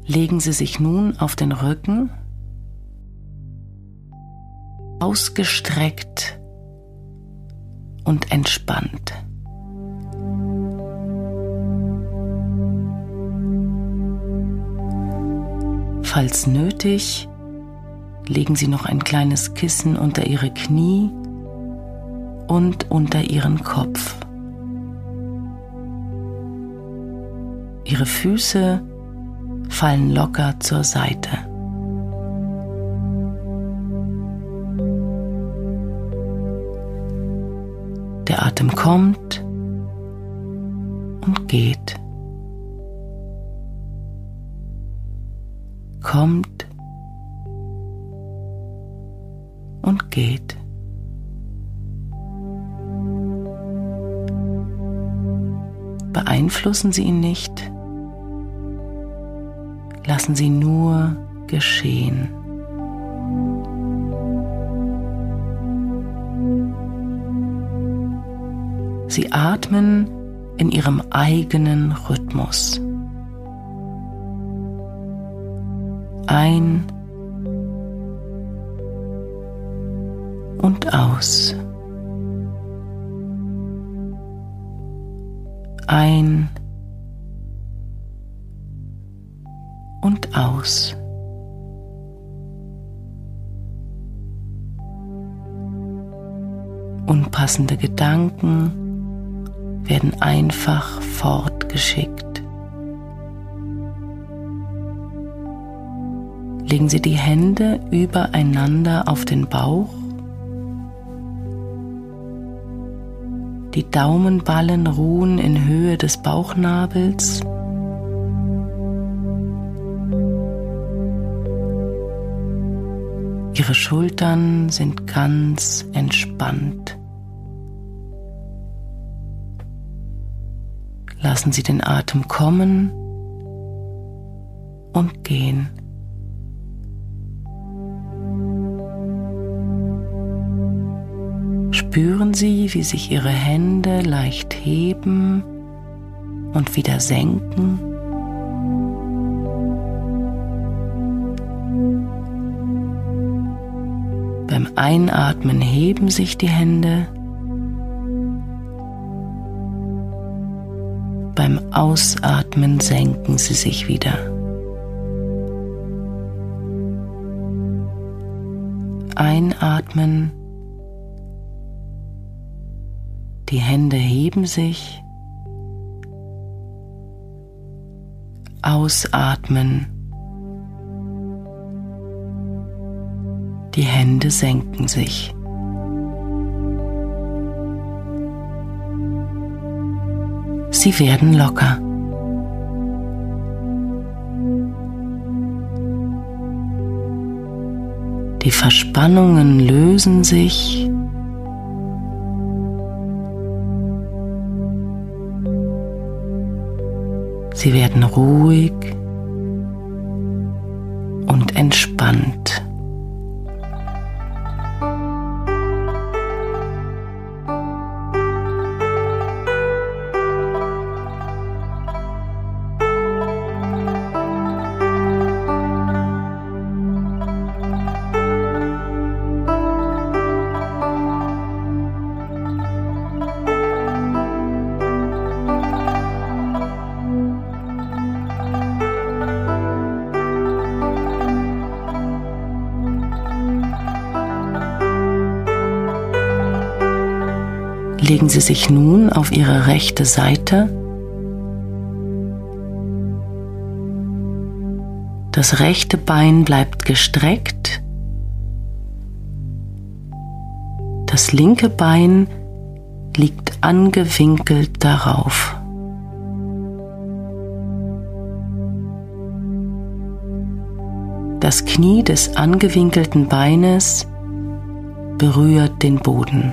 Legen Sie sich nun auf den Rücken, ausgestreckt und entspannt. Falls nötig, legen Sie noch ein kleines Kissen unter Ihre Knie und unter Ihren Kopf. Ihre Füße fallen locker zur Seite. Der Atem kommt und geht. Kommt und geht. Beeinflussen Sie ihn nicht. Lassen Sie nur geschehen. Sie atmen in Ihrem eigenen Rhythmus. Ein und aus. Ein und aus. Unpassende Gedanken werden einfach fortgeschickt. Legen Sie die Hände übereinander auf den Bauch. Die Daumenballen ruhen in Höhe des Bauchnabels. Ihre Schultern sind ganz entspannt. Lassen Sie den Atem kommen und gehen. Spüren Sie, wie sich Ihre Hände leicht heben und wieder senken. Beim Einatmen heben sich die Hände. Beim Ausatmen senken sie sich wieder. Einatmen. Die Hände heben sich. Ausatmen. Die Hände senken sich. Sie werden locker. Die Verspannungen lösen sich. Sie werden ruhig und entspannt. Legen Sie sich nun auf Ihre rechte Seite. Das rechte Bein bleibt gestreckt. Das linke Bein liegt angewinkelt darauf. Das Knie des angewinkelten Beines berührt den Boden.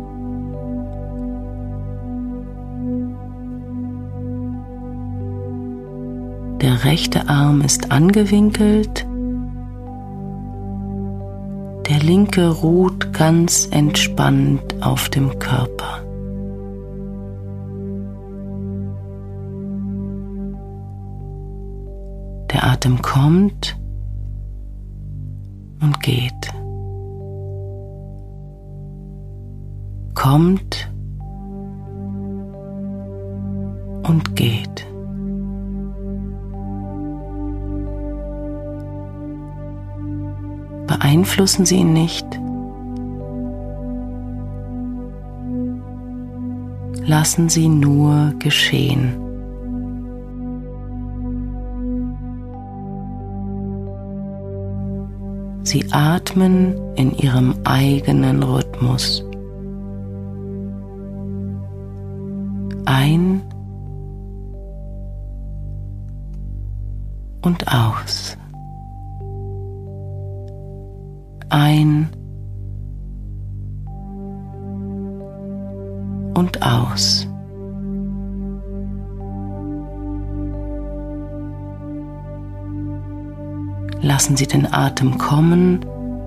Der rechte Arm ist angewinkelt, der linke ruht ganz entspannt auf dem Körper. Der Atem kommt und geht. Kommt und geht. Beeinflussen Sie ihn nicht. Lassen Sie nur geschehen. Sie atmen in Ihrem eigenen Rhythmus. Ein und aus. Ein und aus. Lassen Sie den Atem kommen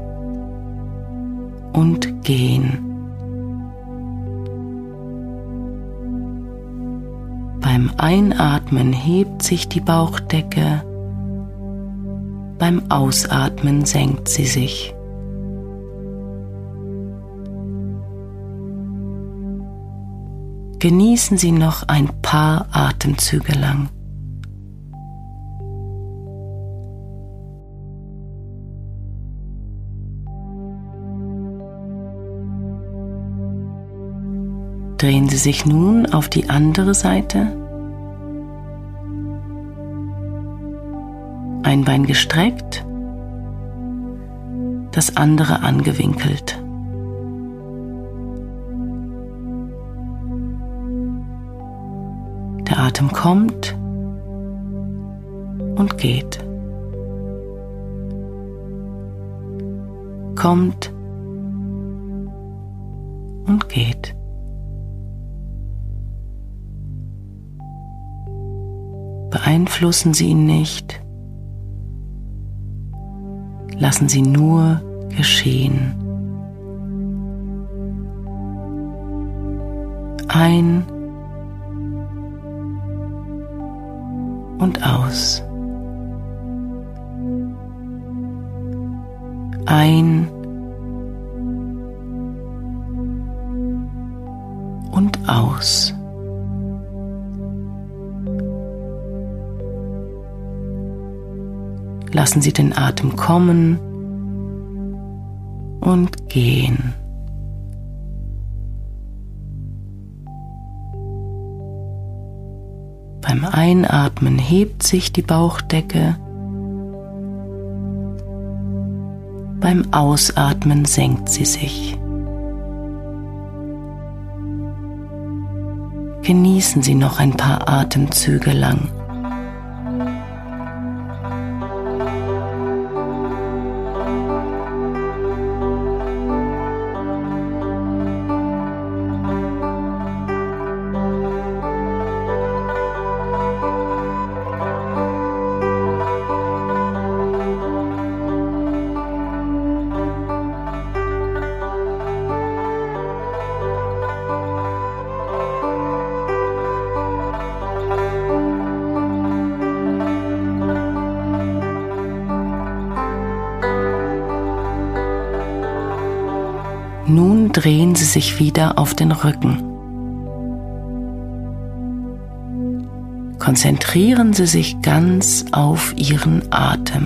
und gehen. Beim Einatmen hebt sich die Bauchdecke, beim Ausatmen senkt sie sich. Genießen Sie noch ein paar Atemzüge lang. Drehen Sie sich nun auf die andere Seite. Ein Bein gestreckt, das andere angewinkelt. Der Atem kommt und geht. Kommt und geht. Beeinflussen Sie ihn nicht. Lassen Sie nur geschehen. Ein und aus. Ein und aus. Lassen Sie den Atem kommen und gehen. Beim Einatmen hebt sich die Bauchdecke, beim Ausatmen senkt sie sich. Genießen Sie noch ein paar Atemzüge lang. Nun drehen Sie sich wieder auf den Rücken. Konzentrieren Sie sich ganz auf Ihren Atem.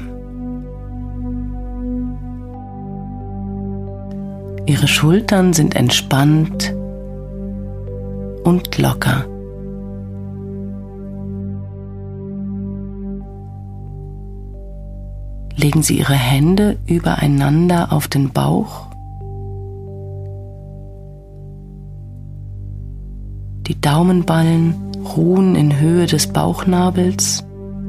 Ihre Schultern sind entspannt und locker. Legen Sie Ihre Hände übereinander auf den Bauch. Die Daumenballen ruhen in Höhe des Bauchnabels.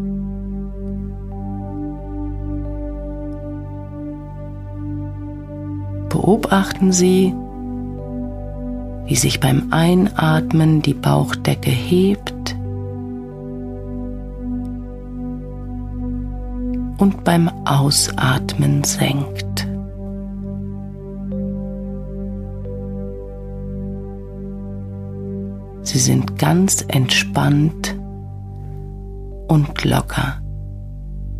Beobachten Sie, wie sich beim Einatmen die Bauchdecke hebt und beim Ausatmen senkt. Sie sind ganz entspannt und locker.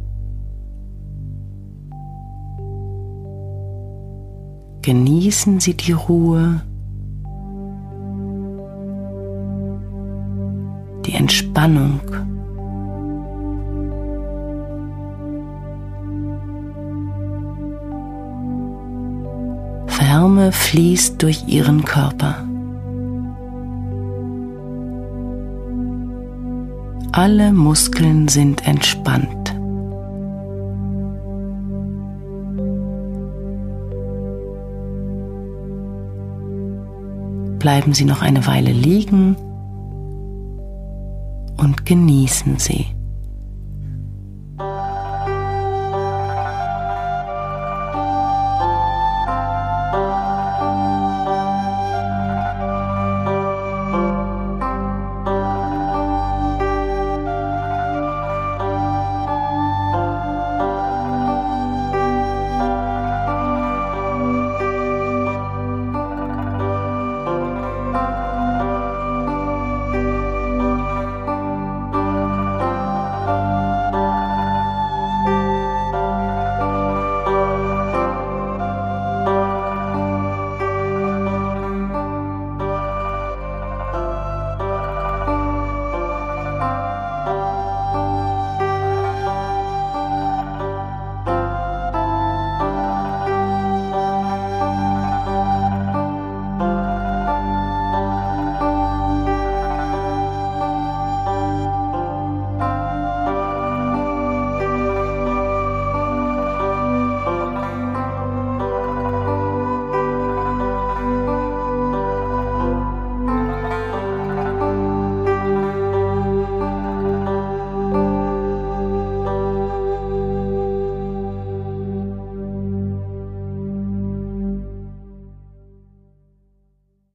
Genießen Sie die Ruhe, die Entspannung. Wärme fließt durch Ihren Körper. Alle Muskeln sind entspannt. Bleiben Sie noch eine Weile liegen und genießen Sie.